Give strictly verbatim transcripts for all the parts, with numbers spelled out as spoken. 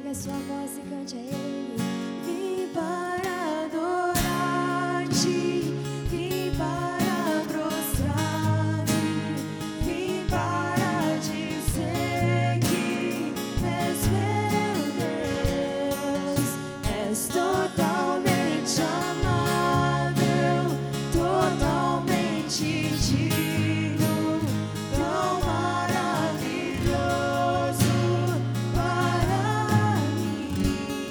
a sua voz e cante a Ele. Vim para adorar-te, vim para prostrar-me, vim para dizer que és meu Deus, és totalmente amável, totalmente digno, tão maravilhoso para mim.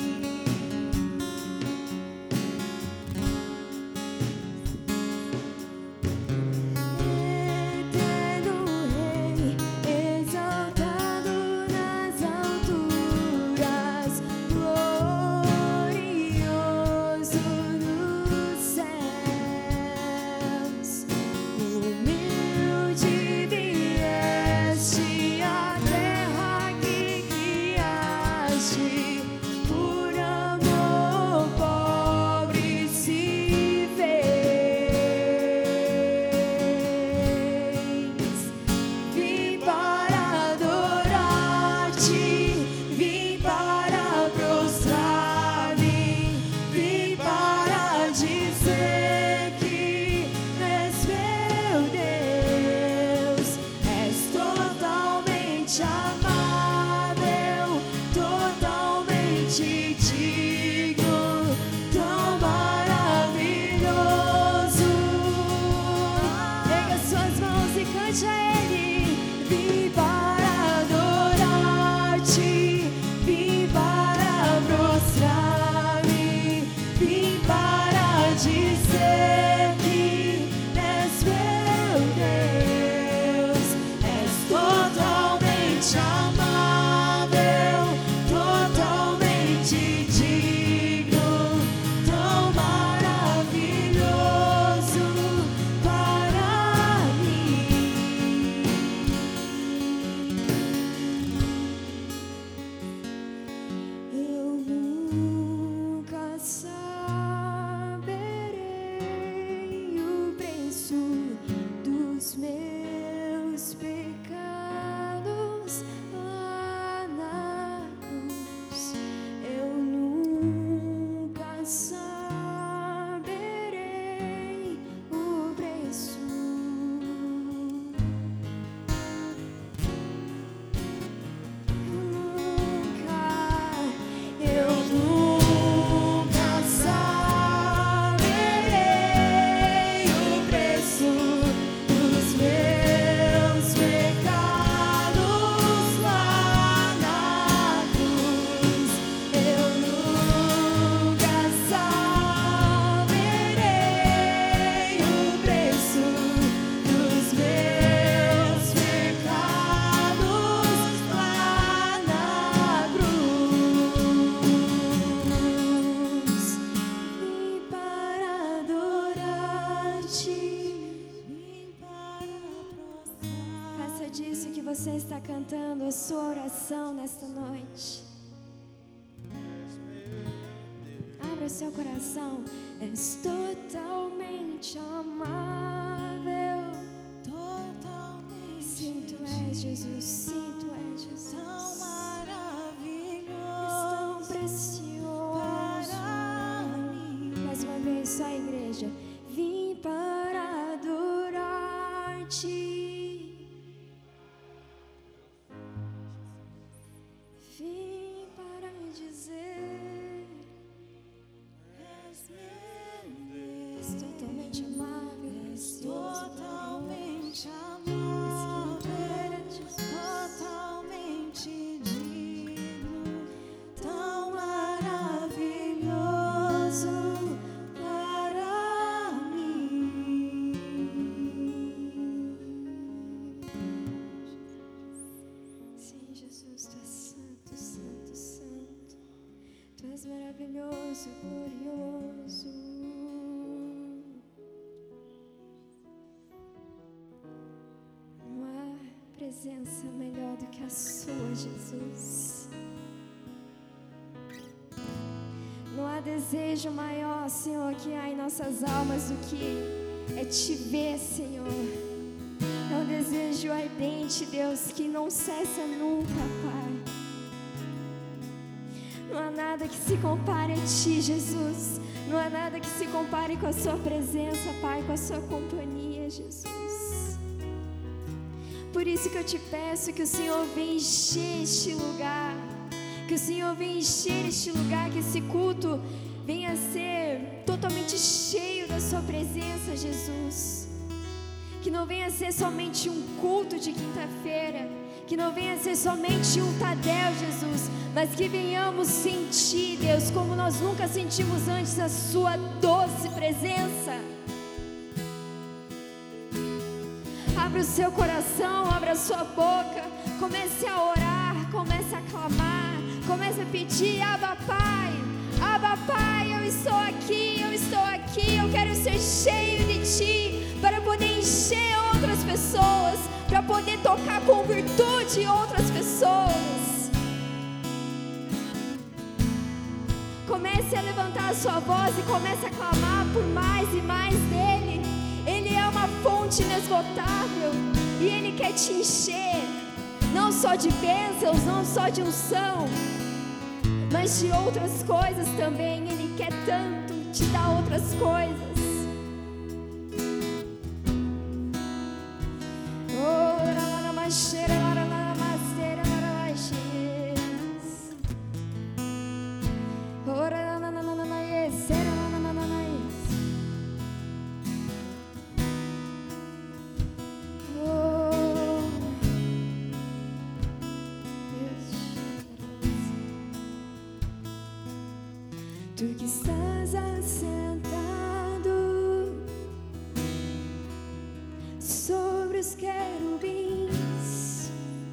Eterno Rei, exaltado nas alturas, glorioso nos céus, humilde vieste à terra que guiaste, por amor pobre se fez. Vim para adorar-te, vim para prostrar-me, vim para dizer que és meu Deus, és totalmente amável, totalmente digno, tão maravilhoso. Pega suas mãos e cante a Ele. Vim para adorar-te, vim para prostrar-me, vim para dizer que és meu Deus, és totalmente amável, totalmente digno, tão maravilhoso para mim. Eu nunca saberei o preço dos meus pecados lá na cruz. Eu nunca saberei o preço. Eu nunca saberei o preço dos meus pecados lá na cruz. Eu nunca saberei o preço dos meus pecados lá na cruz. Vim para adorar-te, vim para prostrar. Faça disso que você está cantando a sua oração nesta noite. Abra o seu coração. És totalmente amável, totalmente. Sim, tu és Jesus, sim, tu és Jesus. Tão maravilhoso, tão precioso para mim. Mais uma vez, só a igreja. Vim para adorar-te, vim para dizer és meu Deus, totalmente amável, és totalmente amável, totalmente digno, tão maravilhoso para mim. Sim, Jesus, tu és santo, santo, santo. Tu és maravilhoso, glorioso. Não há presença melhor do que a sua, Jesus. Não há desejo maior, Senhor, que há em nossas almas do que é te ver, Senhor. É um desejo ardente, Deus, que não cessa nunca, Pai. nada que se compare a Ti, Jesus. Não há nada que se compare com a Sua presença, Pai, com a Sua companhia, Jesus. Por isso que eu te peço que o Senhor venha encher este lugar, que o Senhor venha encher este lugar, que esse culto venha a ser totalmente cheio da Sua presença, Jesus. Que não venha a ser somente um culto de quinta-feira, que não venha a ser somente um Tadel, Jesus, mas que venhamos sentir, Deus, como nós nunca sentimos antes, a Sua doce presença. Abra o seu coração, abra a sua boca, comece a orar, comece a clamar, comece a pedir: Abba, Pai, Abba, Pai, eu estou aqui, eu estou aqui, eu quero ser cheio de Ti, para poder encher outras pessoas, para poder tocar com virtude outras pessoas. Comece a levantar a sua voz e comece a clamar por mais e mais dEle. Ele é uma fonte inesgotável e Ele quer te encher, não só de bênçãos, não só de unção, mas de outras coisas também. Ele quer tanto te dar outras coisas. Tu que estás assentado sobre os querubins,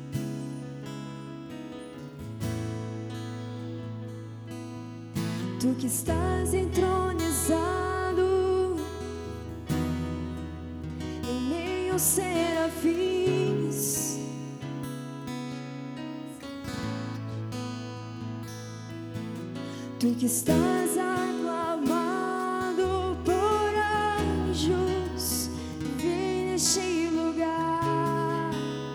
Tu que estás entronizado em meio aos serafins, Tu que estás aclamado por anjos, vem neste lugar.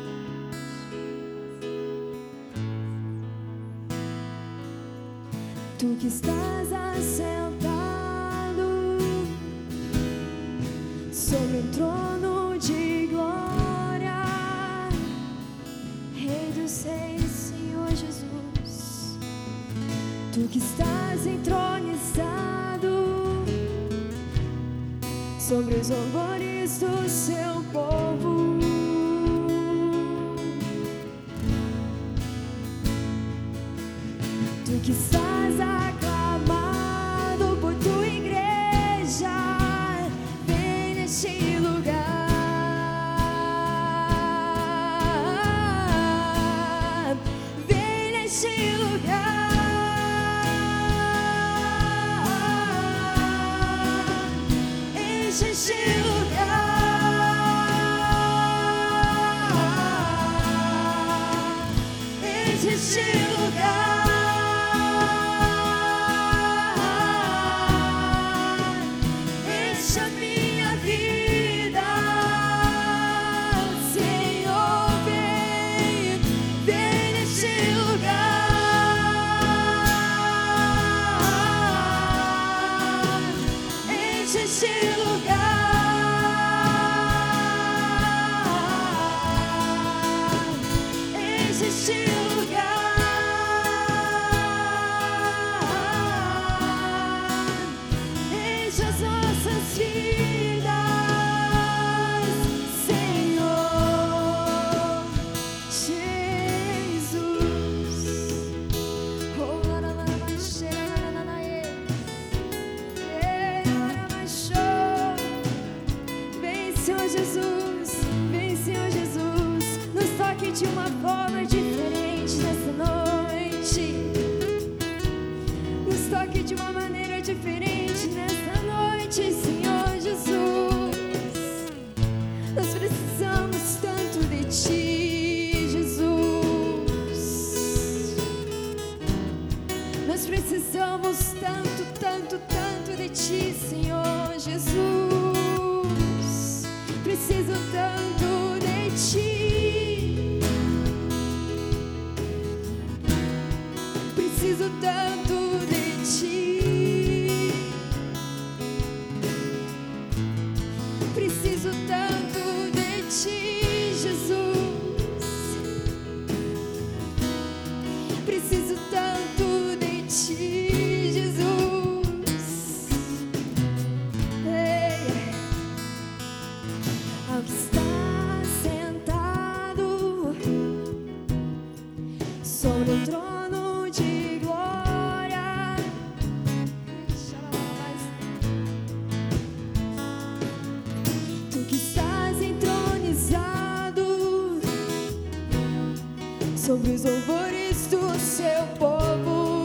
Tu que estás assentado sobre o trono de glória, Rei dos Reis, Senhor Jesus. Tu que estás entronizado sobre os louvores do seu povo, Tu que estás aclamado por tua igreja, vem neste lugar, vem neste lugar. Este lugar, este lugar, enche a minha vida, Senhor, vem, vem neste lugar, enche este lugar. Este lugar, enche as nossas vidas, Senhor Jesus. Vem, Senhor Jesus, vem, Senhor Jesus, nos toque de uma forma diferente nessa noite, nos toque de uma maneira diferente nessa noite, Senhor Jesus. Nós precisamos tanto de Ti, Jesus. Nós precisamos tanto, tanto, tanto de Ti, Senhor Jesus. Preciso tanto de Ti. Preciso tanto sobre os louvores do seu povo.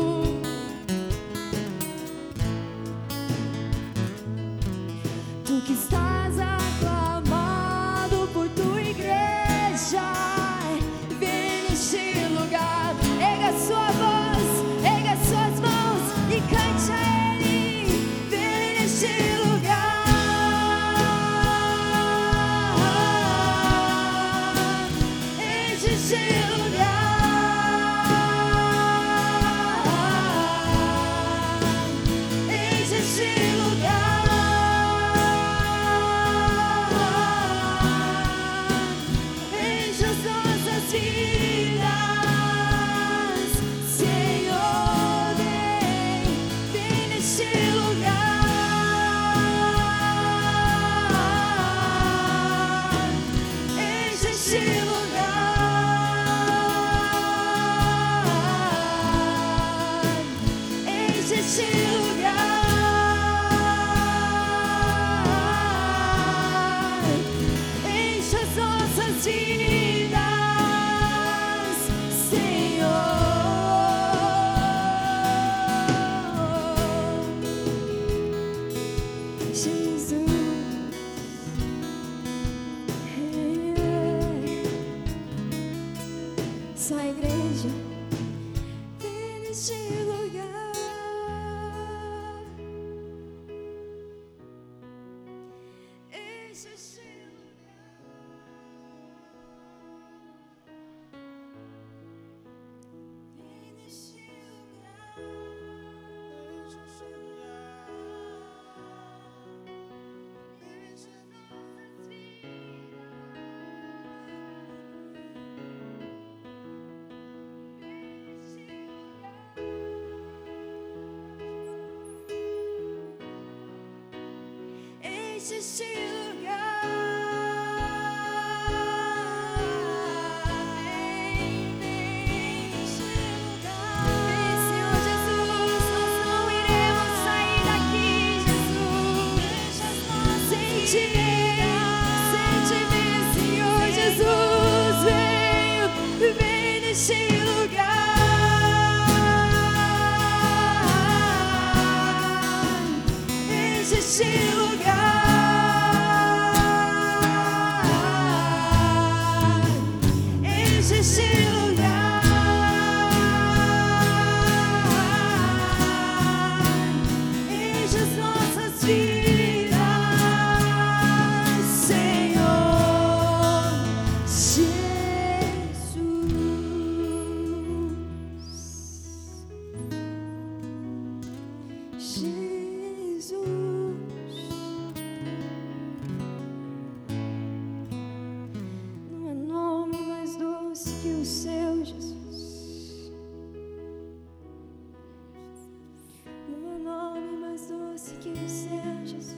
Tu que estás aclamado por tua igreja, vem neste lugar, erga sua voz, erga suas mãos e cante a Ele, vem neste lugar. Só a igreja vem neste lugar. Enche este lugar. Vem neste lugar. Enche este lugar. Enche nossas vidas. Enche este lugar, vem, vem, enche o lugar. Vem, Senhor Jesus, nós não iremos sair daqui, Jesus. Sem te ver, sem te ver, Senhor Jesus, vem, vem neste lugar. Enche este lugar. Este lugar, enche as nossas vidas, Senhor Jesus. Jesus, não há nome mais doce que o seu, Jesus. Não há nome mais doce que o seu, Jesus.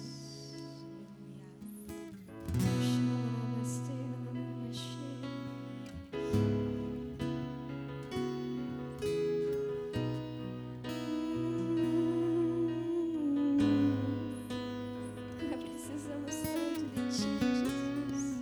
Precisamos tanto de ti, Jesus.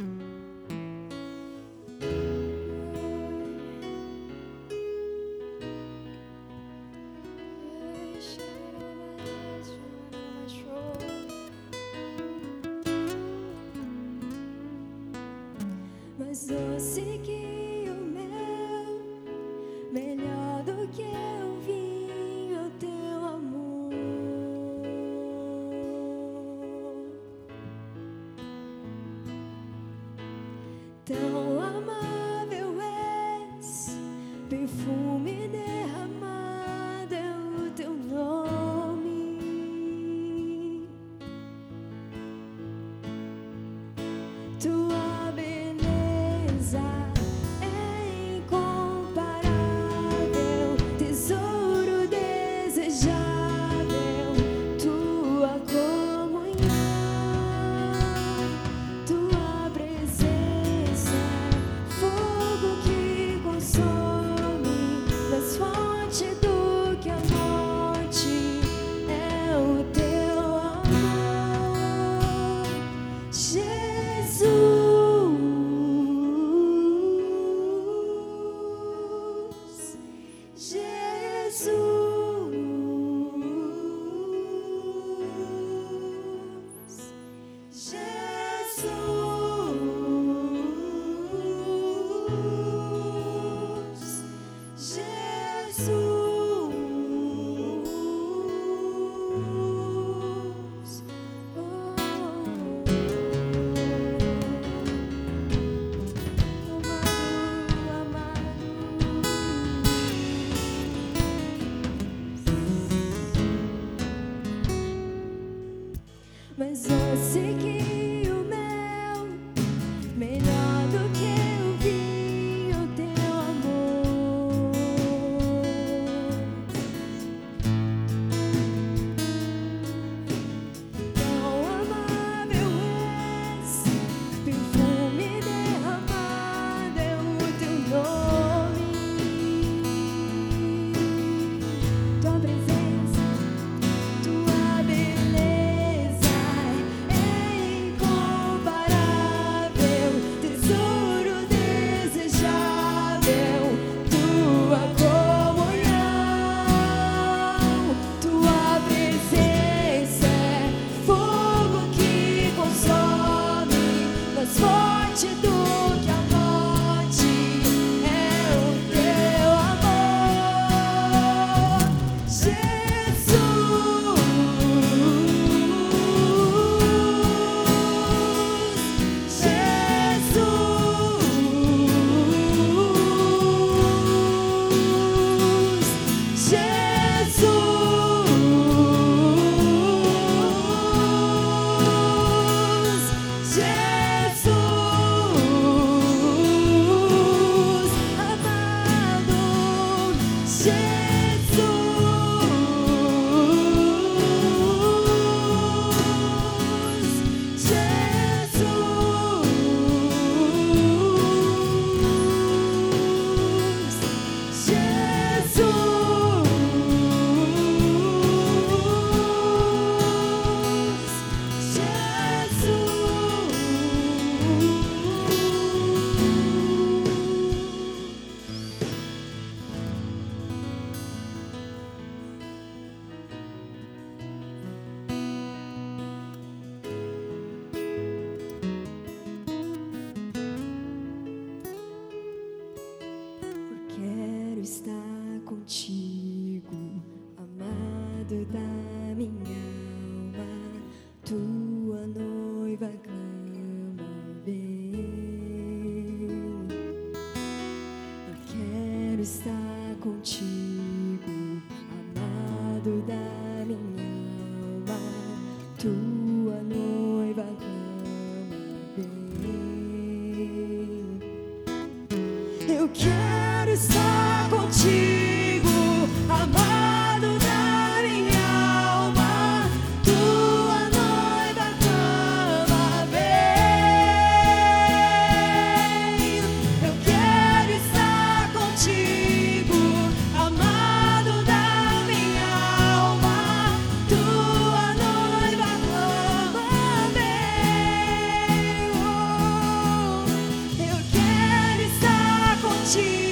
Mais doce que o mel, melhor do que o vinho, o teu amor. Tão amável és, perfume derramado é o teu nome. Tua beleza é incomparável, tesouro desejável, tua comunhão, tua presença, fogo que consome, transforma. Mas eu sei que o meu, melhor do que o vinho, teu amor. Tão amável és, perfume derramado é o teu nome. Tua presença, tua beleza é incomparável, tesouro desejável, tua comunhão, tua presença é fogo que consome, mais forte do que a morte é o teu amor, Jesus. Quero estar contigo, amado da minha alma, tua noiva clama, vem. Eu quero estar contigo, amado da minha alma, tua noiva clama, vem. Eu quero estar contigo, amado da minha alma, tua noiva clama, vem. Eu quero estar contigo, amado da minha alma, tua noiva clama, vem. Oh, eu quero estar contigo.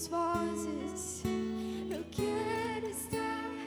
vozes. Eu quero estar.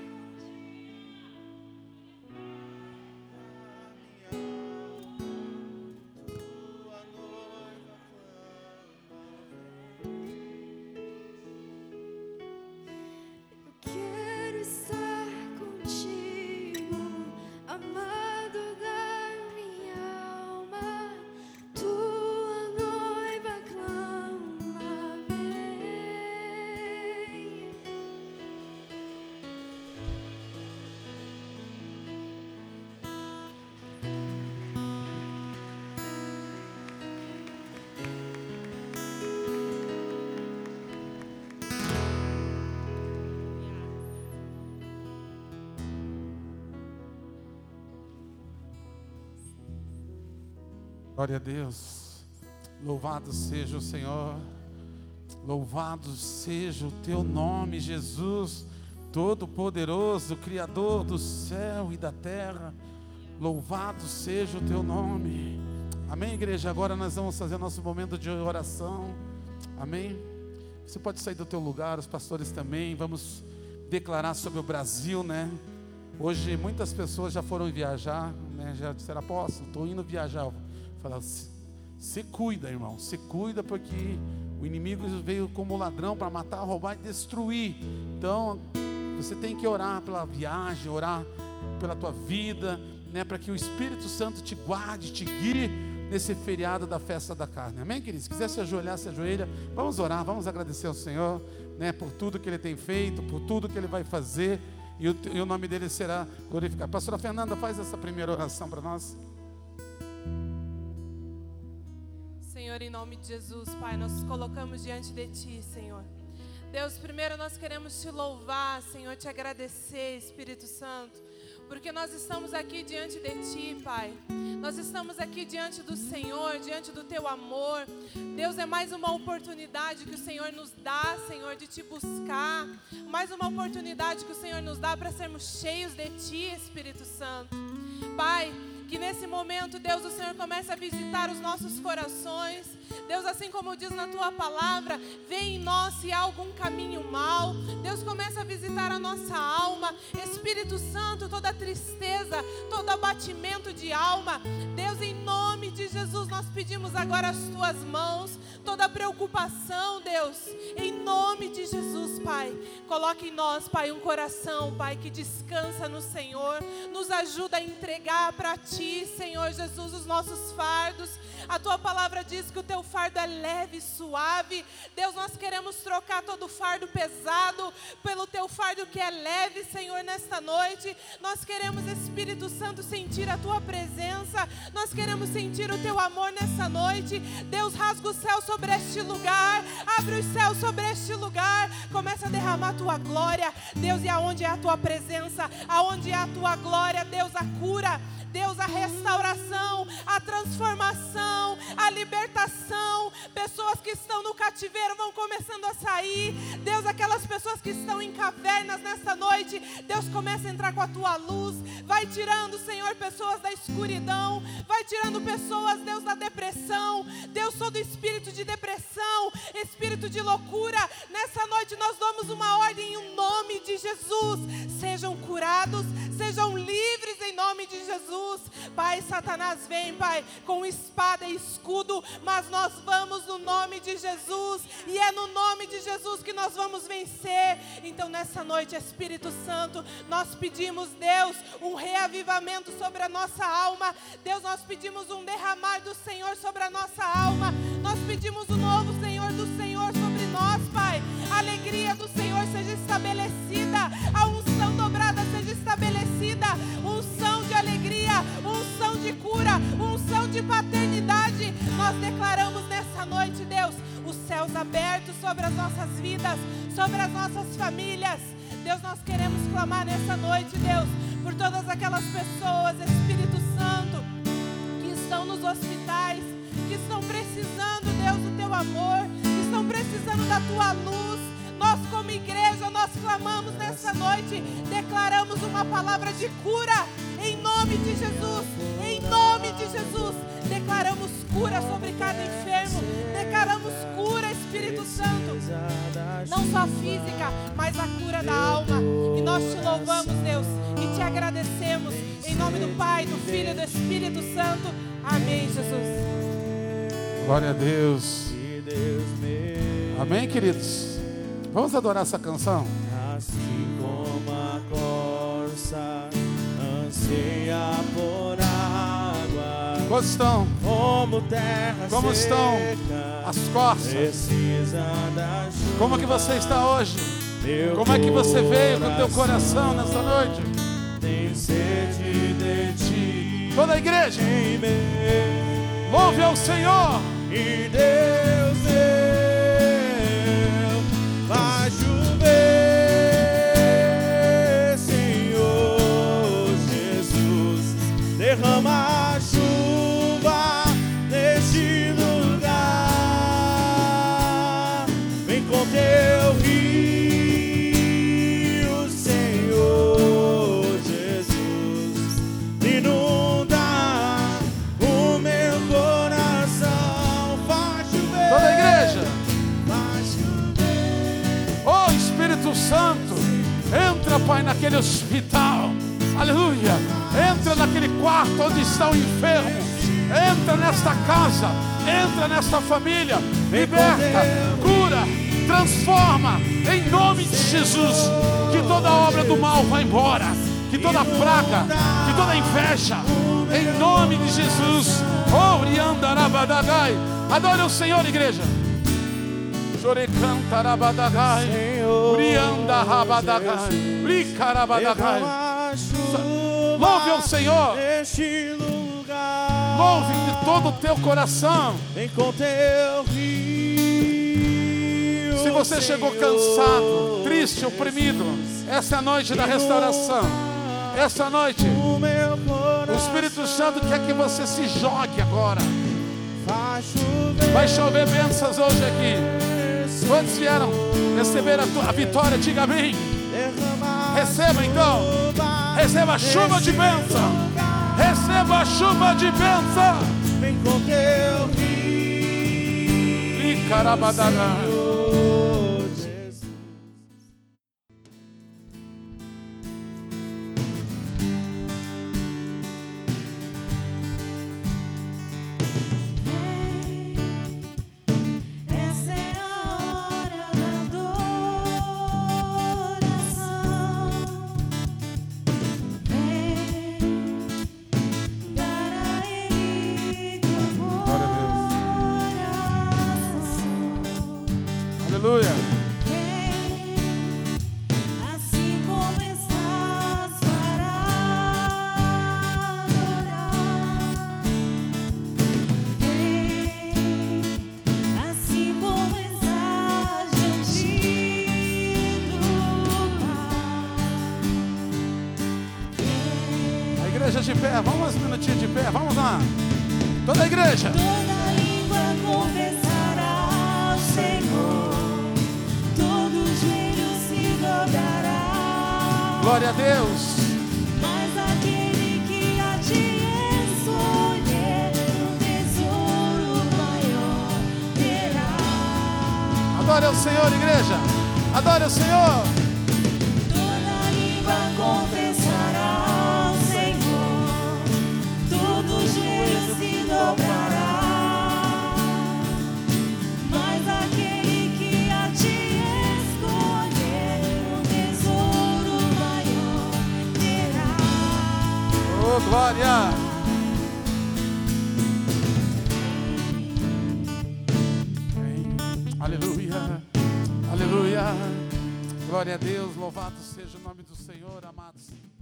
Glória a Deus, louvado seja o Senhor, louvado seja o teu nome, Jesus, Todo-Poderoso, Criador do céu e da terra, louvado seja o teu nome, amém, igreja? Agora nós vamos fazer nosso momento de oração, amém? Você pode sair do teu lugar, os pastores também, vamos declarar sobre o Brasil, né? Hoje muitas pessoas já foram viajar, né? Já disseram, apóstolo, estou indo viajar. Fala, se, se cuida, irmão, se cuida, porque o inimigo veio como ladrão para matar, roubar e destruir. Então você tem que orar pela viagem, orar pela tua vida, né, para que o Espírito Santo te guarde, te guie nesse feriado da festa da carne, amém, queridos? Se quiser se ajoelhar, se ajoelha, vamos orar, vamos agradecer ao Senhor, né, por tudo que Ele tem feito, por tudo que Ele vai fazer, e o, e o nome dEle será glorificado. Pastora Fernanda, faz essa primeira oração para nós. Senhor, em nome de Jesus, Pai, nós nos colocamos diante de Ti, Senhor. Deus, primeiro nós queremos Te louvar, Senhor, Te agradecer, Espírito Santo, porque nós estamos aqui diante de Ti, Pai. Nós estamos aqui diante do Senhor, diante do Teu amor. Deus, é mais uma oportunidade que o Senhor nos dá, Senhor, de Te buscar. Mais uma oportunidade que o Senhor nos dá para sermos cheios de Ti, Espírito Santo. Pai, que nesse momento, Deus, o Senhor comece a visitar os nossos corações. Deus, assim como diz na Tua palavra, vem em nós se há algum caminho mau. Deus, começa a visitar a nossa alma. Espírito Santo, toda tristeza, todo abatimento de alma. Deus, em nome de Jesus, nós pedimos agora as Tuas mãos. Toda preocupação, Deus, em nome de Jesus, Pai. Coloque em nós, Pai, um coração, Pai, que descansa no Senhor. Nos ajuda a entregar para Ti, Senhor Jesus, os nossos fardos. A Tua palavra diz que o Teu fardo é leve e suave. Deus, nós queremos trocar todo fardo pesado pelo Teu fardo que é leve, Senhor, nesta noite. Nós queremos, Espírito Santo, sentir a Tua presença. Nós queremos sentir o Teu amor nessa noite. Deus, rasga o céu sobre este lugar. Abre os céus sobre este lugar. Começa a derramar a Tua glória. Deus, e aonde é a Tua presença, aonde é a Tua glória, Deus, a cura. Deus, a restauração, a transformação, a libertação. Pessoas que estão no cativeiro vão começando a sair. Deus, aquelas pessoas que estão em cavernas nessa noite, Deus, começa a entrar com a Tua luz. Vai tirando, Senhor, pessoas da escuridão. Vai tirando pessoas, Deus, da depressão. Deus, todo espírito de depressão, espírito de loucura. Nessa noite nós damos uma ordem em nome de Jesus. Sejam curados, sejam livres em nome de Jesus. Pai, Satanás vem, Pai, com espada e escudo, mas nós vamos no nome de Jesus, e é no nome de Jesus que nós vamos vencer. Então nessa noite, Espírito Santo, nós pedimos, Deus, um reavivamento sobre a nossa alma. Deus, nós pedimos um derramar do Senhor sobre a nossa alma. Nós pedimos o novo Senhor do Senhor sobre nós, Pai. A alegria do Senhor seja estabelecida, a unção dobrada seja estabelecida, unção de alegria, unção de cura, unção de paternidade. Nós declaramos nessa noite, Deus, os céus abertos sobre as nossas vidas, sobre as nossas famílias. Deus, nós queremos clamar nessa noite, Deus, por todas aquelas pessoas, Espírito Santo, que estão nos hospitais, que estão precisando, Deus, do Teu amor, que estão precisando da Tua luz. Nós, como igreja, nós clamamos nessa noite, declaramos uma palavra de cura, em nome de Jesus, em nome de Jesus. Declaramos cura sobre cada enfermo, declaramos cura, Espírito Santo. Não só física, mas a cura da alma. E nós te louvamos, Deus, e te agradecemos. Em nome do Pai, do Filho e do Espírito Santo. Amém, Jesus. Glória a Deus. Amém, queridos? Vamos adorar essa canção? Assim como a corça anseia por água, Como estão? como terra Como seca, estão as corças? precisa da chuva. Como que você está hoje? Meu Como é que você veio com o teu coração nessa noite? tem sede de ti, Toda a igreja, em mim. louve ao Senhor. E Deus meu vai chover, Senhor Jesus, derrama a chuva neste lugar. Vem com teu rio, Senhor Jesus, inunda o meu coração. Faz chover, Toda a igreja, faz chover. oh Espírito Santo, entra, Pai, naquele hospital, aleluia, entra naquele quarto onde está o enfermo, entra nesta casa, entra nesta família, liberta, cura, transforma, em nome de Jesus. Que toda obra do mal vá embora, que toda praga, que toda inveja, em nome de Jesus. Oh, Riandarabadagai, adore o Senhor, igreja. Chorecantarabadagai, Riandarabadagai, Ricarabadagai. Derrama a chuva Louve ao Senhor, neste lugar. louve de todo o teu coração. Vem com teu rio, Se você chegou Senhor cansado, triste, oprimido, essa é a noite da restauração. Essa noite, o meu o coração. Espírito Santo quer que você se jogue agora. Faz chover, Vai chover bênçãos hoje aqui. Quantos vieram receber a, tua, a vitória? Diga amém. derrama Receba então. chuva Receba a chuva de neste bênção. lugar. Receba a chuva de bênção. Vem com teu rio, Ricarabadagai. Senhor Jesus. Essa é a hora da adoração. Vem dar a Ele teu Glória coração. Aleluia. Vem, assim como estás para adorar. Vem, assim como estás diante do Pai. A igreja de pé. Vamos um minutinho de pé. Vamos lá. Toda a igreja. Toda língua confessará ao Senhor, todo joelho se dobrará. Glória a Deus. Mas aquele que a ti escolher, um tesouro maior terá. Adore ao Senhor, igreja. Adore ao Senhor. Toda língua confessará ao Senhor, todo joelho se dobrará. Mas aquele que a ti escolher, um tesouro maior terá. Oh, glória. Aleluia. Aleluia. Glória a Deus. Louvado seja o nome do Senhor, amados.